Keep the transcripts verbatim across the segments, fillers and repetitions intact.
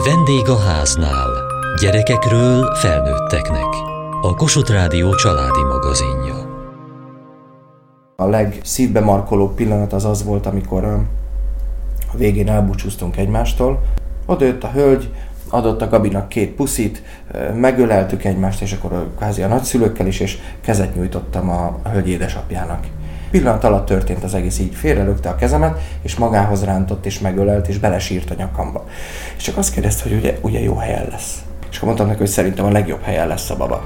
Vendég a háznál. Gyerekekről felnőtteknek. A Kossuth Rádió családi magazinja. A legszívbe markoló pillanat az az volt, amikor a végén elbúcsúztunk egymástól. Oda jött a hölgy, adott a Gabinak két puszit, megöleltük egymást, és akkor kvázi a nagyszülőkkel is, és kezet nyújtottam a hölgy édesapjának. Pillanat alatt történt az egész, így félrelökte a kezemet, és magához rántott, és megölelt, és belesírt a nyakamba. És csak azt kérdezte, hogy ugye, ugye jó helyen lesz. És akkor mondtam neki, hogy szerintem a legjobb helyen lesz a baba.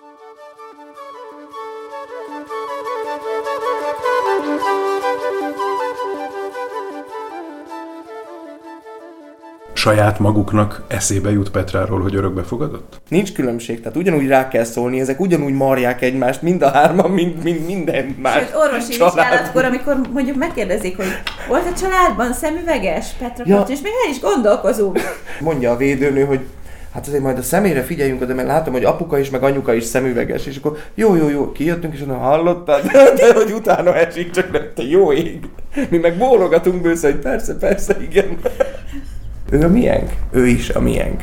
Saját maguknak eszébe jut Petráról, hogy örökbe fogadott? Nincs különbség, tehát ugyanúgy rá kell szólni, ezek ugyanúgy marják egymást, mind a hárman, mind, mind minden más. Sőt, orvosi vizsgálatkor, amikor mondjuk megkérdezik, hogy volt a családban szemüveges Petra ja. És még el is gondolkozunk. Mondja a védőnő, hogy hát azért majd a személyre figyeljünk oda, mert látom, hogy apuka is, meg anyuka is szemüveges, és akkor jó, jó, jó, kijöttünk, és onnan hallottad, de hogy utána esik, csak nem, te jó ég. Mi meg bólogatunk bősze, hogy persze, persze, igen. Ő a miénk, ő is a miénk.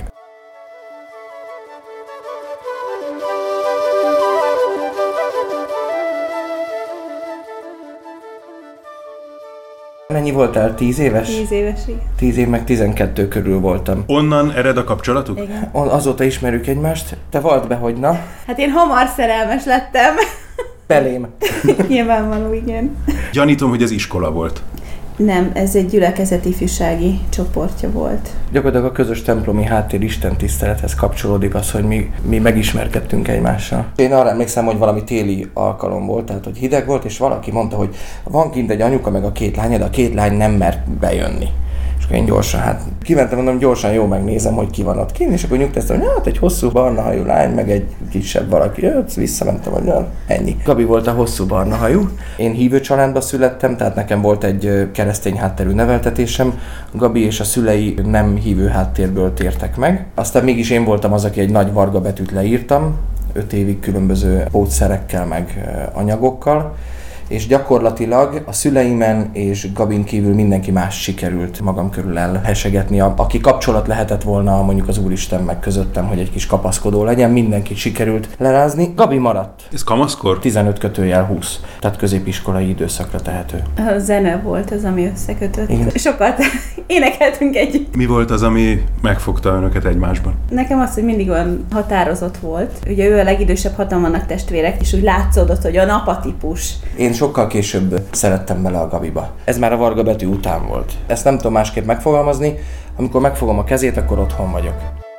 Mennyi voltál? Tíz éves? Tíz éves, igen. Tíz év meg tizenkettő körül voltam. Onnan ered a kapcsolatuk? Igen. Azóta ismerjük egymást. Te vald be, hogy na? Hát én hamar szerelmes lettem. Belém. Nyilvánvaló, igen. Gyanítom, hogy ez iskola volt. Nem, ez egy gyülekezeti ifjúsági csoportja volt. Gyakorlatilag a közös templomi háttér istentisztelethez kapcsolódik az, hogy mi, mi megismerkedtünk egymással. Én arra emlékszem, hogy valami téli alkalom volt, tehát hogy hideg volt, és valaki mondta, hogy van kint egy anyuka meg a két lánya, de a két lány nem mert bejönni. És akkor én gyorsan, hát kimentem, mondom, gyorsan jó megnézem, hogy ki van ott kint, és akkor nyugtáztam, hogy hát egy hosszú barna hajú lány, meg egy kisebb valaki jött, visszamentem, hogy ja, ennyi. Gabi volt a hosszú barna hajú. Én hívő családba születtem, tehát nekem volt egy keresztény hátterű neveltetésem. Gabi és a szülei nem hívő háttérből tértek meg. Aztán mégis én voltam az, aki egy nagy varga betűt leírtam, öt évig különböző pótszerekkel, meg anyagokkal. És gyakorlatilag a szüleimen és Gabin kívül mindenki más sikerült magam körül elhesegetni, aki kapcsolat lehetett volna mondjuk az Úristen meg közöttem, hogy egy kis kapaszkodó legyen, mindenkit sikerült lerázni. Gabi maradt. Ez kamaszkor? tizenöt kötőjel húsz, tehát középiskolai időszakra tehető. A zene volt az, ami összekötött. Igen. Sokat énekeltünk együtt. Mi volt az, ami megfogta önöket egymásban? Nekem az, hogy mindig olyan határozott volt. Ugye ő a legidősebb, hatan vannak testvérek, és úgy látszódott, hogy a napatípus. Én sokkal később szerettem bele a Gabiba. Ez már a varga betű után volt. Ezt nem tudom másképp megfogalmazni, amikor megfogom a kezét, akkor otthon vagyok.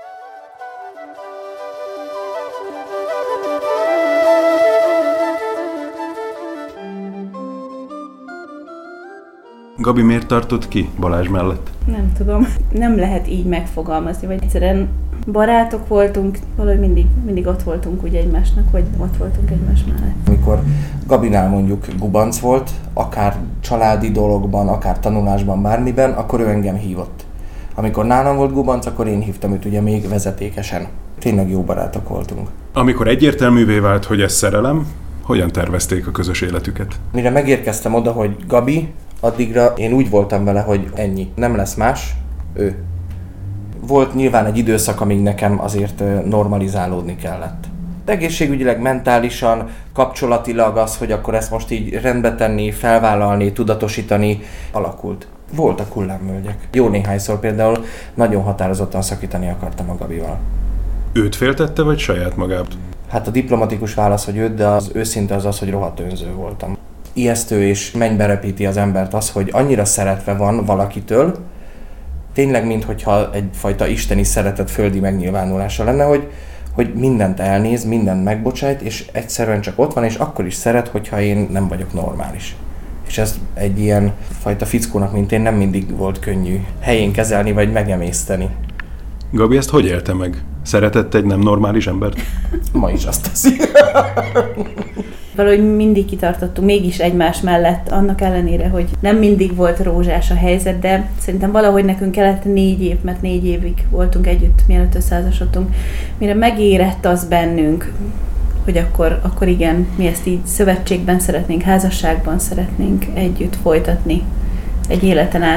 Gabi miért tartott ki Balázs mellett? Nem tudom. Nem lehet így megfogalmazni, vagy egyszerűen barátok voltunk, valahogy mindig, mindig ott voltunk úgy egymásnak, vagy ott voltunk egymás mellett. Amikor Gabinál mondjuk gubanc volt, akár családi dologban, akár tanulásban, bármiben, akkor ő engem hívott. Amikor nálam volt gubanc, akkor én hívtam őt ugye még vezetékesen. Tényleg jó barátok voltunk. Amikor egyértelművé vált, hogy ez szerelem, hogyan tervezték a közös életüket? Mire megérkeztem oda, hogy Gabi, addigra én úgy voltam vele, hogy ennyi. Nem lesz más, ő. Volt nyilván egy időszak, amíg nekem azért normalizálódni kellett. Egészségügyileg, mentálisan, kapcsolatilag az, hogy akkor ezt most így rendbe tenni, felvállalni, tudatosítani, alakult. Voltak hullámvölgyek. Jó néhányszor például nagyon határozottan szakítani akartam a Gabival. Őt féltette, vagy saját magát? Hát a diplomatikus válasz, hogy őt, de az őszinte az az, hogy rohadt önző voltam. Ijesztő és mennybe repíti az embert az, hogy annyira szeretve van valakitől, tényleg, minthogyha egyfajta isteni szeretet földi megnyilvánulása lenne, hogy, hogy mindent elnéz, mindent megbocsájt, és egyszerűen csak ott van, és akkor is szeret, hogyha én nem vagyok normális. És ez egy ilyen fajta fickónak, mint én, nem mindig volt könnyű helyén kezelni, vagy megemészteni. Gabi ezt hogy élte meg? Szeretett egy nem normális embert? Ma is azt teszi. Valahogy mindig kitartottunk mégis egymás mellett, annak ellenére, hogy nem mindig volt rózsás a helyzet, de szerintem valahogy nekünk kellett négy év, mert négy évig voltunk együtt, mielőtt összeházasodtunk, mire megérett az bennünk, hogy akkor, akkor igen, mi ezt így szövetségben szeretnénk, házasságban szeretnénk együtt folytatni egy életen át.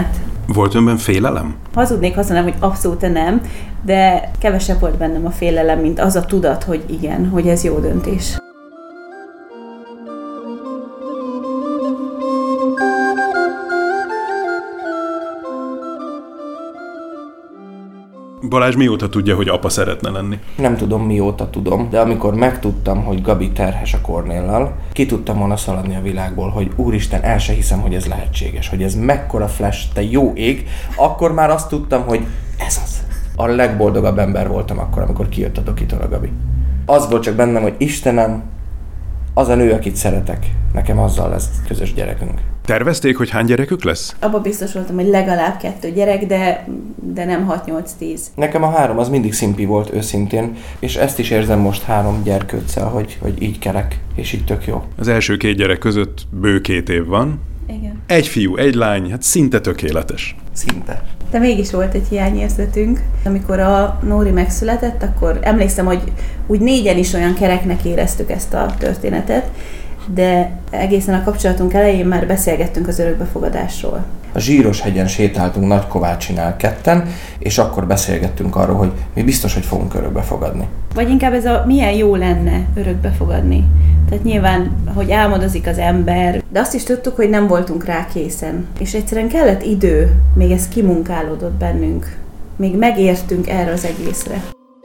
Volt önben félelem? Hazudnék, azt mondanám, hogy abszolút nem, de kevesebb volt bennem a félelem, mint az a tudat, hogy igen, hogy ez jó döntés. Balázs mióta tudja, hogy apa szeretne lenni? Nem tudom mióta tudom, de amikor megtudtam, hogy Gabi terhes a Kornéllal, ki tudtam volna szaladni a világból, hogy úristen, el se hiszem, hogy ez lehetséges, hogy ez mekkora flash, te jó ég, akkor már azt tudtam, hogy ez az. A legboldogabb ember voltam akkor, amikor kijött a dokitól a Gabi. Az volt csak bennem, hogy Istenem, az a nő, akit szeretek, nekem azzal lesz közös gyerekünk. Tervezték, hogy hány gyerekük lesz? Abba biztos voltam, hogy legalább kettő gyerek, de, de nem hat nyolc tíz. Nekem a három az mindig szimpi volt őszintén, és ezt is érzem most három gyerkőccel, hogy, hogy így kerek, és így tök jó. Az első két gyerek között bő két év van. Igen. Egy fiú, egy lány, hát szinte tökéletes. Szinte. De mégis volt egy hiányérzetünk. Amikor a Nóri megszületett, akkor emlékszem, hogy úgy négyen is olyan kereknek éreztük ezt a történetet, de egészen a kapcsolatunk elején már beszélgettünk az örökbefogadásról. A Zsíroshegyen sétáltunk Nagykovácsinál ketten, és akkor beszélgettünk arról, hogy mi biztos, hogy fogunk örökbefogadni. Vagy inkább ez a milyen jó lenne örökbefogadni. Tehát nyilván, hogy álmodozik az ember, de azt is tudtuk, hogy nem voltunk rá készen. És egyszerűen kellett idő, még ez kimunkálódott bennünk. Még megértünk erre az egészre.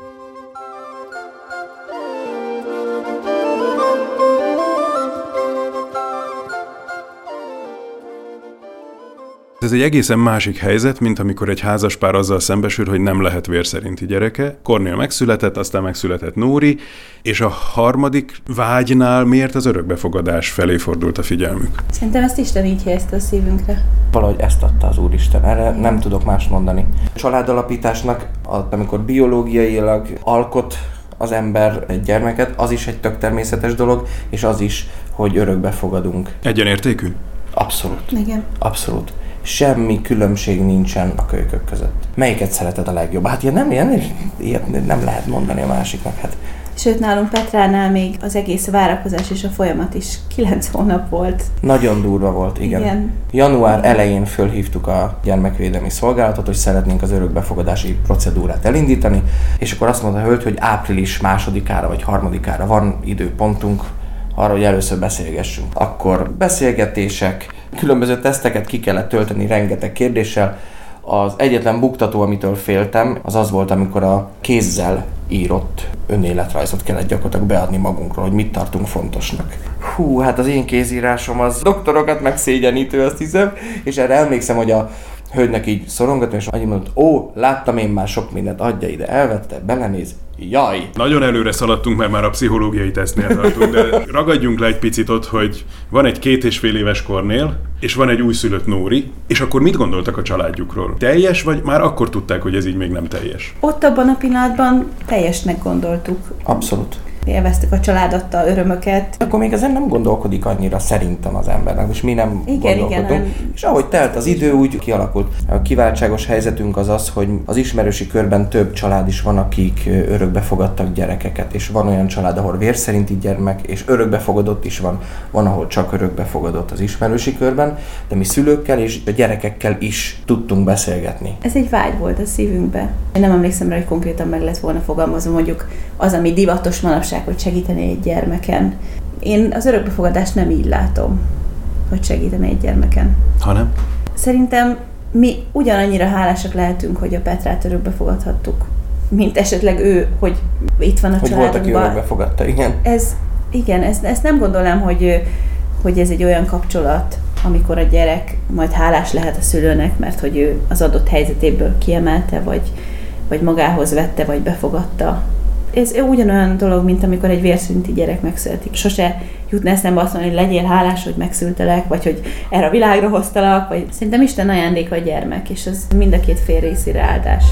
Ez egy egészen másik helyzet, mint amikor egy házaspár azzal szembesül, hogy nem lehet vér szerinti gyereke. Kornél megszületett, aztán megszületett Nóri, és a harmadik vágynál miért az örökbefogadás felé fordult a figyelmük? Szerintem ezt Isten így helyezte a szívünkre. Valahogy ezt adta az Úristen, erre nem tudok mást mondani. A családalapításnak, amikor biológiailag alkot az ember egy gyermeket, az is egy tök természetes dolog, és az is, hogy örökbefogadunk. Egyenértékű? Abszolút. Igen. Abszolút. Semmi különbség nincsen a kölykök között. Melyiket szereted a legjobb? Hát ilyen nem, ilyen, ilyet nem lehet mondani a másiknak. Hát. Sőt, nálunk Petránál még az egész várakozás és a folyamat is kilenc hónap volt. Nagyon durva volt, igen. igen. Január elején fölhívtuk a gyermekvédelmi szolgálatot, hogy szeretnénk az örökbefogadási procedúrát elindítani, és akkor azt mondta a hölgy, hogy április másodikára vagy harmadikára van időpontunk arra, hogy először beszélgessünk. Akkor beszélgetések, különböző teszteket ki kellett tölteni rengeteg kérdéssel. Az egyetlen buktató, amitől féltem, az az volt, amikor a kézzel írott önéletrajzot kellett gyakorlatilag beadni magunkról, hogy mit tartunk fontosnak. Hú, hát az én kézírásom az doktorokat megszégyenítő, azt hiszem, és erre emlékszem, hogy a hölgynek így szorongatom, és annyi mondott, ó, láttam én már sok mindent, adja ide, elvette, belenéz, jaj! Nagyon előre szaladtunk, mert már a pszichológiai tesztnél tartunk, de ragadjunk le egy picit ott, hogy van egy két és fél éves Kornél, és van egy újszülött Nóri, és akkor mit gondoltak a családjukról? Teljes, vagy már akkor tudták, hogy ez így még nem teljes? Ott abban a pillanatban teljesnek gondoltuk. Abszolút. Élveztük a család adta örömöket. Akkor még ezen nem gondolkodik annyira szerintem az embernek, és mi nem igen, gondolkodunk. Igen, és ahogy telt az idő, úgy kialakult. A kiváltságos helyzetünk az az, hogy az ismerősi körben több család is van, akik örökbefogadtak gyerekeket, és van olyan család, ahol vér szerinti gyermek, és örökbefogadott is van. Van, ahol csak örökbefogadott az ismerősi körben, de mi szülőkkel és a gyerekekkel is tudtunk beszélgetni. Ez egy vágy volt a szívünkbe. Én nem emlékszem rá, hogy konkrétan meg lett volna fogalmazva, mondjuk az, ami divatos manapság, hogy segíteni egy gyermeken. Én az örökbefogadást nem így látom, hogy segíteni egy gyermeken. Hanem? Szerintem mi ugyanannyira hálásak lehetünk, hogy a Petrát örökbefogadhattuk, mint esetleg ő, hogy itt van a hogy családunkban. Hogy volt, aki örökbefogadta, igen. Ez, igen, ezt, ezt nem gondolom, hogy, hogy ez egy olyan kapcsolat, amikor a gyerek majd hálás lehet a szülőnek, mert hogy ő az adott helyzetéből kiemelte, vagy, vagy magához vette, vagy befogadta. Ez ugyanolyan dolog, mint amikor egy vérszerinti gyerek megszületik. Sose jutna eszembe azt mondani, hogy legyél hálás, hogy megszültelek, vagy hogy erre a világra hoztalak, vagy szerintem Isten ajándéka a gyermek, és ez mind a két fél részére áldás.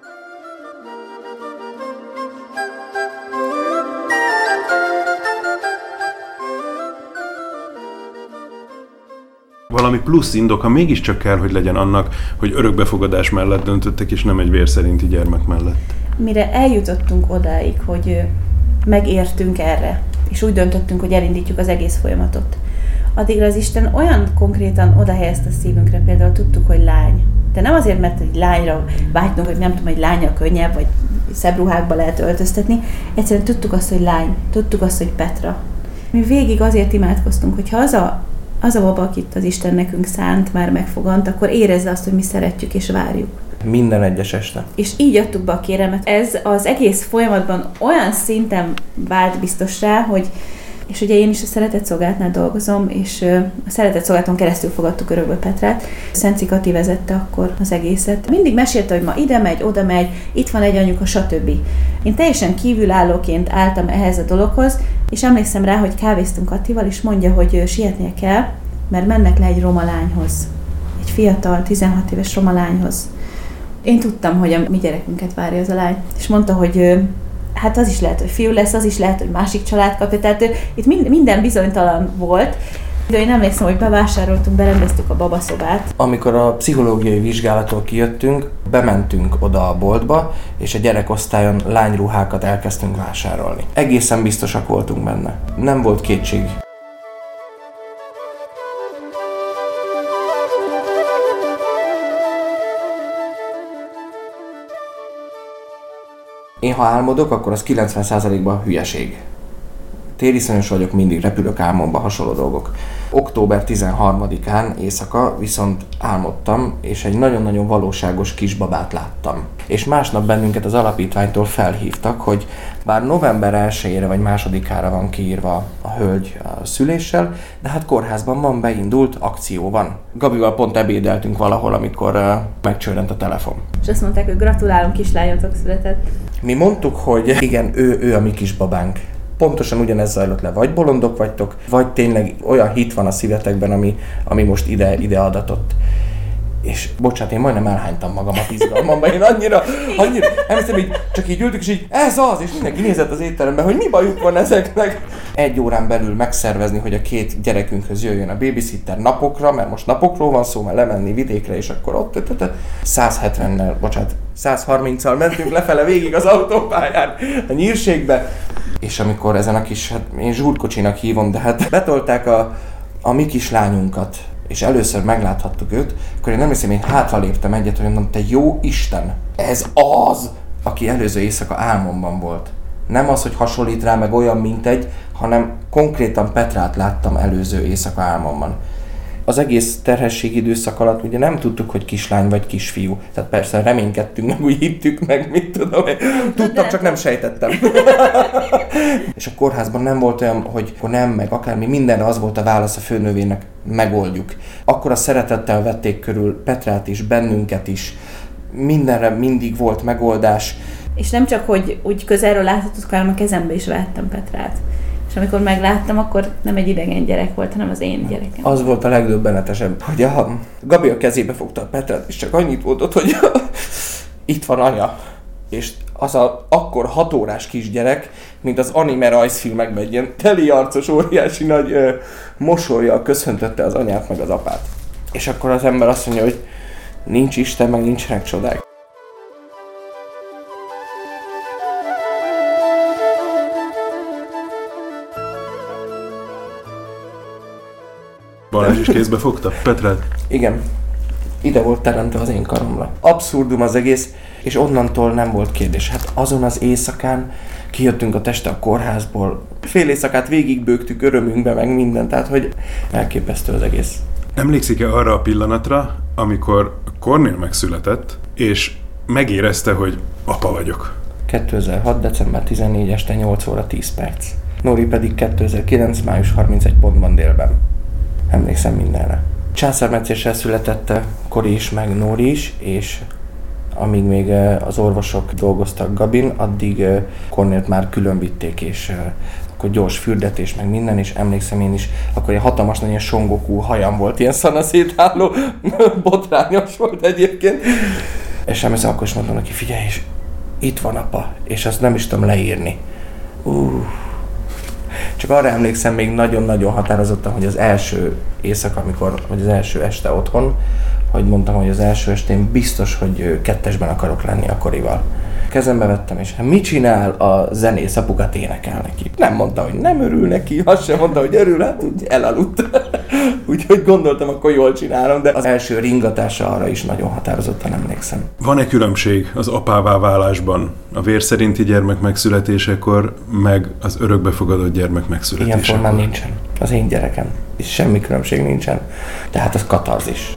Valami plusz indoka mégiscsak kell, hogy legyen annak, hogy örökbefogadás mellett döntöttek, és nem egy vér szerinti gyermek mellett. Mire eljutottunk odáig, hogy megértünk erre, és úgy döntöttünk, hogy elindítjuk az egész folyamatot, addigra az Isten olyan konkrétan odahelyezte a szívünkre, például tudtuk, hogy lány. De nem azért, mert egy lányra vágytunk, hogy nem tudom, hogy lánya könnyebb, vagy szebb ruhákba lehet öltöztetni. Egyszerűen tudtuk azt, hogy lány. Tudtuk azt, hogy Petra. Mi végig azért imádkoztunk, hogy ha az a, az a baba, akit az Isten nekünk szánt, már megfogant, akkor érezze azt, hogy mi szeretjük és várjuk. Minden egyes este. És így adtuk be a kérelmet. Ez az egész folyamatban olyan szinten vált biztossá, hogy és ugye én is a Szeretett Szolgálatnál dolgozom, és a Szeretett Szolgálaton keresztül fogadtuk örökbe Petrát. Szenci Kati vezette akkor az egészet. Mindig mesélte, hogy ma ide megy, oda megy, itt van egy anyuka, stb. Én teljesen kívülállóként álltam ehhez a dologhoz, és emlékszem rá, hogy kávéztunk Katival, és mondja, hogy sietnie kell, mert mennek le egy roma lányhoz. Egy fiatal, tizenhat éves roma lányhoz. Én tudtam, hogy a mi gyerekünket várja az a lány. És mondta, hogy hát az is lehet, hogy fiú lesz, az is lehet, hogy másik család kapja. Tehát itt minden bizonytalan volt. De én emlékszem, hogy bevásároltunk, berendeztük a babaszobát. Amikor a pszichológiai vizsgálattól kijöttünk, bementünk oda a boltba, és a gyerekosztályon lányruhákat elkezdtünk vásárolni. Egészen biztosak voltunk benne. Nem volt kétség. Én ha álmodok, akkor az kilencven százalékban hülyeség. Tériszonyos vagyok, mindig repülök álmomba, hasonló dolgok. október tizenharmadikán éjszaka viszont álmodtam, és egy nagyon-nagyon valóságos kisbabát láttam. És másnap bennünket az alapítványtól felhívtak, hogy bár november elsejére vagy másodikára van kiírva a hölgy a szüléssel, de hát kórházban van, beindult, akció van. Gabival pont ebédeltünk valahol, amikor uh, megcsörrent a telefon. És azt mondták, hogy gratulálunk, kislányotok született. Mi mondtuk, hogy igen, ő, ő a mi kisbabánk. Pontosan ugyanez zajlott le, vagy bolondok vagytok, vagy tényleg olyan hit van a szívetekben, ami, ami most ide, ide adatott. És bocsánat, én majdnem elhánytam magamat izgalmamban, én annyira, annyira, emlékszem, így csak így ültük, és így ez az, és mindenki nézett az étteremben, hogy mi bajuk van ezeknek. Egy órán belül megszervezni, hogy a két gyerekünkhöz jöjjön a babysitter napokra, mert most napokról van szó, mert lemenni vidékre, és akkor ott száz hetvennel, bocsánat, száz harminccal mentünk lefele végig az autópályán a nyírségbe. És amikor ezen a kis, hát én zsúrkocsinak hívom, de hát betolták a, a mi kislányunkat, és először megláthattuk őt, akkor én nem hiszem, én hátraléptem egyet, hogy mondom, te jó Isten, ez az, aki előző éjszaka álmomban volt. Nem az, hogy hasonlít rá, meg olyan, mint egy, hanem konkrétan Petrát láttam előző éjszaka álmomban. Az egész terhesség időszak alatt ugye nem tudtuk, hogy kislány vagy kisfiú. Tehát persze reménykedtünk, meg úgy hittük, meg mit tudom én. Tudtam, csak nem sejtettem. És a kórházban nem volt olyan, hogy akkor nem, meg akármi, mindenre az volt a válasz a főnövének, megoldjuk. Akkor a szeretettel vették körül Petrát is, bennünket is. Mindenre mindig volt megoldás. És nem csak, hogy úgy közelről láthatod, hanem a kezembe is vettem Petrát. És amikor megláttam, akkor nem egy idegen gyerek volt, hanem az én gyerekem. Az volt a legdöbbenetesebb, hogy a Gabi a kezébe fogta a Petrát, és csak annyit volt ott, hogy itt van anya. És az a akkor hat órás kisgyerek, mint az anime rajzfilmekben, egy ilyen teli arcos, óriási nagy ö, mosollyal köszöntötte az anyát meg az apát. És akkor az ember azt mondja, hogy nincs Isten, meg nincsenek csodák. Balázs is kézbe fogta Petrát? Igen. Ide volt teremtve az én karomra. Abszurdum az egész, és onnantól nem volt kérdés. Hát azon az éjszakán kijöttünk a teste a kórházból. Fél éjszakát végigbőgtük örömünkbe, meg minden, tehát hogy elképesztő az egész. Emlékszik-e arra a pillanatra, amikor Kornél megszületett, és megérezte, hogy apa vagyok? kétezer-hat. december tizennégyedike este nyolc óra tíz perc. Nóri pedig kétezer-kilenc. május harmincegy pontban délben. Emlékszem mindenre. Császármetszéssel született Kori is, meg Nóri is, és amíg még az orvosok dolgoztak Gabin, addig Kornélt már külön vitték, és akkor gyors fürdetés, meg minden, és emlékszem én is, akkor egy hatalmas nagy ilyen Son Goku hajam volt, ilyen szanaszétálló, botrányos volt egyébként. És emlékszem, akkor is mondtam neki, figyelj, és itt van apa, és azt nem is tudom leírni. Uh. Csak arra emlékszem még nagyon-nagyon határozottan, hogy az első éjszaka, amikor, vagy az első este otthon, hogy mondtam, hogy az első estén biztos, hogy kettesben akarok lenni a Korival. Kezembe vettem, és hát mit csinál a zenész apukat, énekel neki. Nem mondta, hogy nem örül neki, azt sem mondta, hogy örül, hát úgy elaludt. Úgyhogy gondoltam, akkor jól csinálom, de az első ringatása arra is nagyon határozottan emlékszem. Van-e különbség az apává válásban, a vér szerinti gyermek megszületésekor, meg az örökbefogadott gyermek megszületésekor? Ilyen formán nincsen. Az én gyerekem. És semmi különbség nincsen. Tehát az katarzis.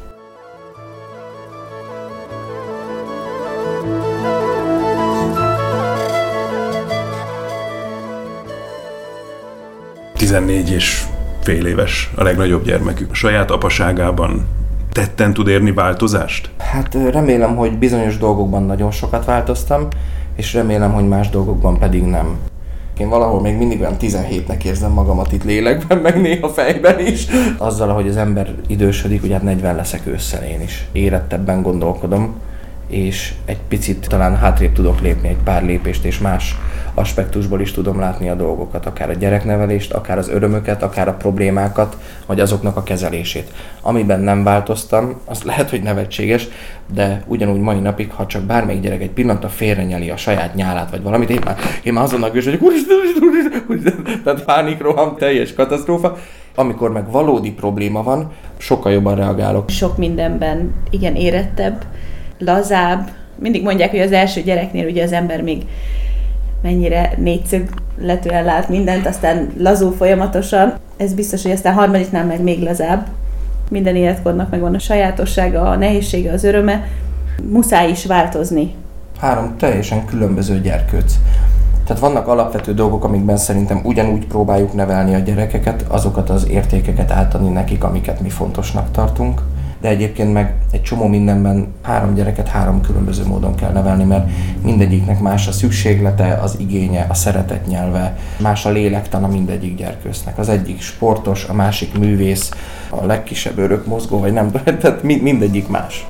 tizennégy és fél éves a legnagyobb gyermekük. A saját apaságában tetten tud érni változást? Hát remélem, hogy bizonyos dolgokban nagyon sokat változtam, és remélem, hogy más dolgokban pedig nem. Én valahol még mindig olyan tizenhétnek érzem magamat itt lélekben, meg néha fejben is. Azzal, ahogy az ember idősödik, ugye hát negyven leszek ősszel én is. Érettebben gondolkodom, és egy picit talán hátrébb tudok lépni egy pár lépést, és más aspektusból is tudom látni a dolgokat, akár a gyereknevelést, akár az örömöket, akár a problémákat, vagy azoknak a kezelését. Amiben nem változtam, az lehet, hogy nevetséges, de ugyanúgy mai napig, ha csak bármelyik gyerek egy pillanatra félrenyeli a saját nyálát, vagy valamit, én már, én már azonnal gős vagyok, úristen, úristen, úristen, tehát pánikroham, teljes katasztrófa. Amikor meg valódi probléma van, sokkal jobban reagálok. Sok mindenben igen érettebb, lazább. Mindig mondják, hogy az első gyereknél ugye az ember még mennyire négyszögletűen lát mindent, aztán lazul folyamatosan. Ez biztos, hogy aztán harmadiknál meg még lazább. Minden életkornak megvan a sajátossága, a nehézsége, az öröme. Muszáj is változni. Három teljesen különböző gyerkőc. Tehát vannak alapvető dolgok, amikben szerintem ugyanúgy próbáljuk nevelni a gyerekeket, azokat az értékeket átadni nekik, amiket mi fontosnak tartunk. De egyébként meg egy csomó mindenben három gyereket három különböző módon kell nevelni, mert mindegyiknek más a szükséglete, az igénye, a szeretet nyelve, más a lélektana mindegyik gyerkőcnek. Az egyik sportos, a másik művész, a legkisebb örökmozgó, vagy nem, tehát mindegyik más.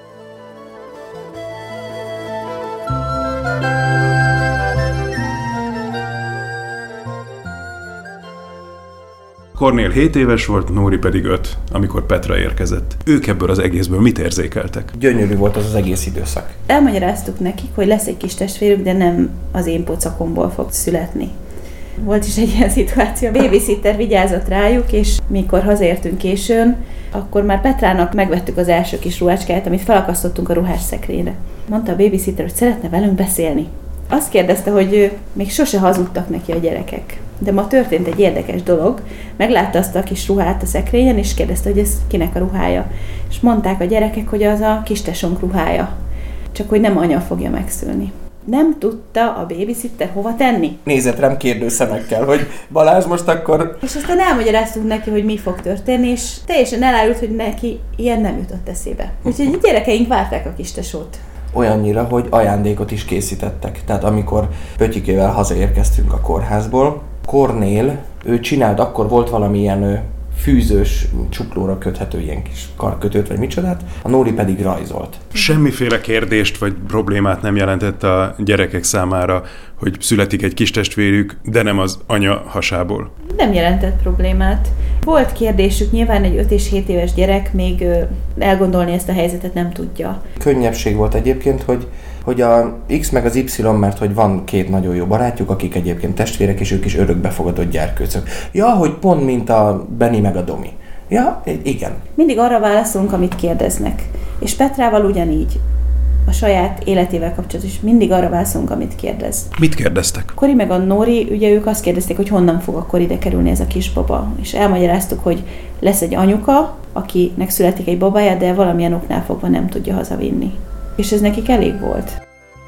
Kornél hét éves volt, Nóri pedig öt, amikor Petra érkezett. Ők ebből az egészből mit érzékeltek? Gyönyörű volt az az egész időszak. Elmagyaráztuk nekik, hogy lesz egy kis testvérük, de nem az én pocakomból fog születni. Volt is egy ilyen szituáció. A babysitter vigyázott rájuk, és mikor hazaértünk későn, akkor már Petrának megvettük az első kis ruhácskáját, amit felakasztottunk a ruhásszekrényre. Mondta a babysitter, hogy szeretne velünk beszélni. Azt kérdezte, hogy még sose hazudtak neki a gyerekek. De ma történt egy érdekes dolog. Meglátta azt a kis ruhát a szekrényen, és kérdezte, hogy ez kinek a ruhája. És mondták a gyerekek, hogy az a kistesónk ruhája. Csak hogy nem anya fogja megszülni. Nem tudta a babysitter hova tenni. Nézett rám kérdő szemekkel, hogy Balázs most akkor... És aztán elmagyaráztunk neki, hogy mi fog történni, és teljesen elárult, hogy neki ilyen nem jutott eszébe. Úgyhogy a gyerekeink várták a kistesót. Olyannyira, hogy ajándékot is készítettek. Tehát amikor Pötyikével hazaérkeztünk a kórházból, Kornél, ő csinált, akkor volt valamilyen fűzős, csuklóra köthető ilyen kis karkötőt, vagy micsodát, a Nóri pedig rajzolt. Semmiféle kérdést vagy problémát nem jelentett a gyerekek számára, hogy születik egy kistestvérük, de nem az anya hasából. Nem jelentett problémát. Volt kérdésük, nyilván egy öt és hét éves gyerek még elgondolni ezt a helyzetet nem tudja. Könnyebbség volt egyébként, hogy hogy a X meg az Y, mert hogy van két nagyon jó barátjuk, akik egyébként testvérek, és ők is örökbefogadott gyerkőcök. Ja, hogy pont mint a Benni meg a Domi. Ja, igen. Mindig arra válaszolunk, amit kérdeznek. És Petrával ugyanígy. A saját életével kapcsolatban is mindig arra válaszolunk, amit kérdez. Mit kérdeztek? Kori meg a Nóri, ugye ők azt kérdezték, hogy honnan fog akkor ide kerülni ez a kisbaba. És elmagyaráztuk, hogy lesz egy anyuka, akinek születik egy babája, de valamilyen oknál fogva nem tudja hazavinni. És ez nekik elég volt.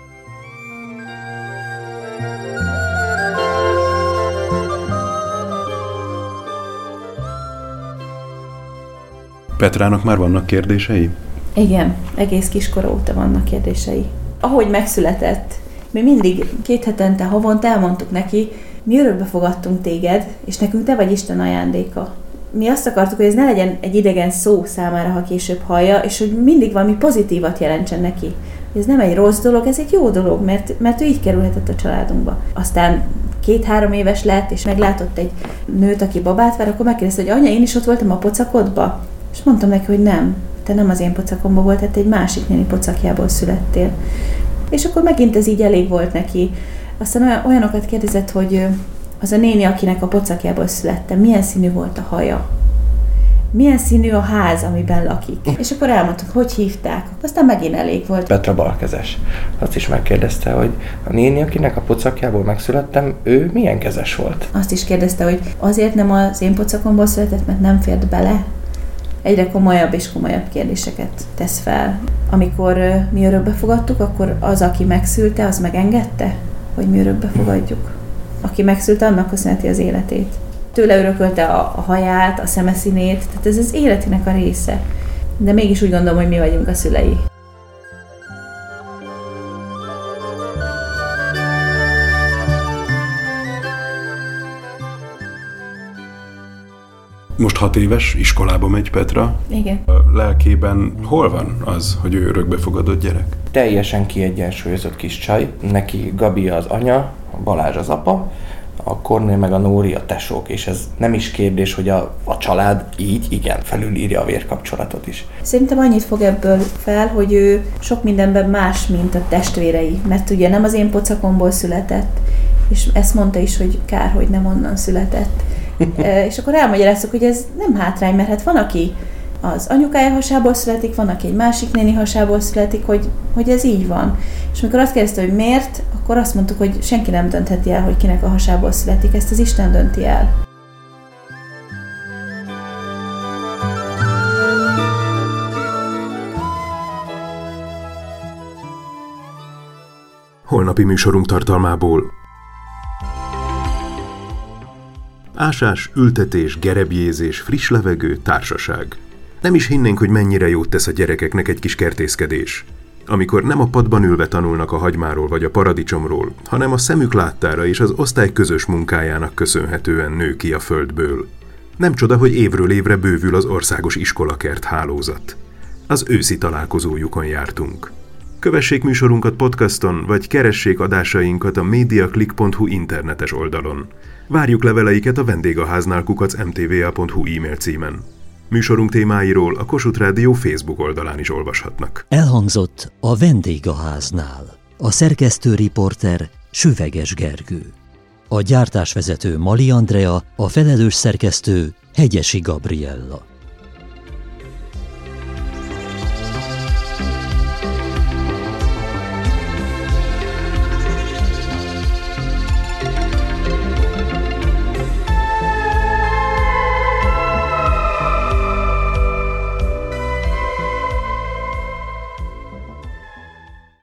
Petrának már vannak kérdései? Igen, egész kiskora óta vannak kérdései. Ahogy megszületett, mi mindig két hetente, havonta elmondtuk neki, mi örökbe fogadtunk téged, és nekünk te vagy Isten ajándéka. Mi azt akartuk, hogy ez ne legyen egy idegen szó számára, ha később hallja, és hogy mindig valami pozitívat jelentsen neki. Ez nem egy rossz dolog, ez egy jó dolog, mert, mert ő így kerülhetett a családunkba. Aztán két-három éves lett, és meglátott egy nőt, aki babát vár, akkor megkérdezte, hogy anya, én is ott voltam a pocakodba? És mondtam neki, hogy nem. te nem az én pocakomból voltál, te egy másik néni pocakjából születtél. És akkor megint ez így elég volt neki. Aztán olyanokat kérdezett, hogy az a néni, akinek a pocakjából születtem, milyen színű volt a haja? Milyen színű a ház, amiben lakik? És akkor elmondtuk, hogy hívták. Aztán megint elég volt. Petra balkezes. Azt is megkérdezte, hogy a néni, akinek a pocakjából megszülettem, ő milyen kezes volt? Azt is kérdezte, hogy azért nem az én pocakomból született, mert nem fért bele. Egyre komolyabb és komolyabb kérdéseket tesz fel. Amikor mi örökbe fogadtuk, akkor az, aki megszülte, az megengedte, hogy mi örökbe fogadjuk. Aki megszülte, annak köszönheti az életét. Tőle örökölte a, a haját, a szemeszínét, tehát ez az életének a része. De mégis úgy gondolom, hogy mi vagyunk a szülei. Most hat éves, iskolába megy Petra. Igen. A lelkében hol van az, hogy ő örökbefogadott gyerek? Teljesen kiegyensúlyozott kis csaj. Neki Gabi az anya, Balázs az apa, a Kornél meg a Nóri a tesók, és ez nem is kérdés, hogy a, a család így, igen, felülírja a vérkapcsolatot is. Szerintem annyit fog ebből fel, hogy ő sok mindenben más, mint a testvérei, mert ugye nem az én pocakomból született, és ezt mondta is, hogy kár, hogy nem onnan született. e, és akkor elmagyaráztuk, hogy ez nem hátrány, mert hát van, aki az anyukája hasából születik, van, aki egy másik néni hasából születik, hogy, hogy ez így van. És amikor azt kérdezte, hogy miért, akkor azt mondtuk, hogy senki nem döntheti el, hogy kinek a hasából születik, ezt az Isten dönti el. Holnapi műsorunk tartalmából: ásás, ültetés, gerebjézés, friss levegő, társaság. Nem is hinnénk, hogy mennyire jót tesz a gyerekeknek egy kis kertészkedés. Amikor nem a padban ülve tanulnak a hagymáról vagy a paradicsomról, hanem a szemük láttára és az osztály közös munkájának köszönhetően nő ki a földből. Nem csoda, hogy évről évre bővül az országos iskolakert hálózat. Az őszi találkozójukon jártunk. Kövessék műsorunkat podcaston, vagy keressék adásainkat a mediaclick pont hu internetes oldalon. Várjuk leveleiket a vendégháznál kukac em té vé á pont hu e-mail címen. Műsorunk témáiról a Kossuth Rádió Facebook oldalán is olvashatnak. Elhangzott a vendégháznál. A szerkesztő riporter Süveges Gergő. A gyártásvezető Mali Andrea, a felelős szerkesztő Hegyesi Gabriella.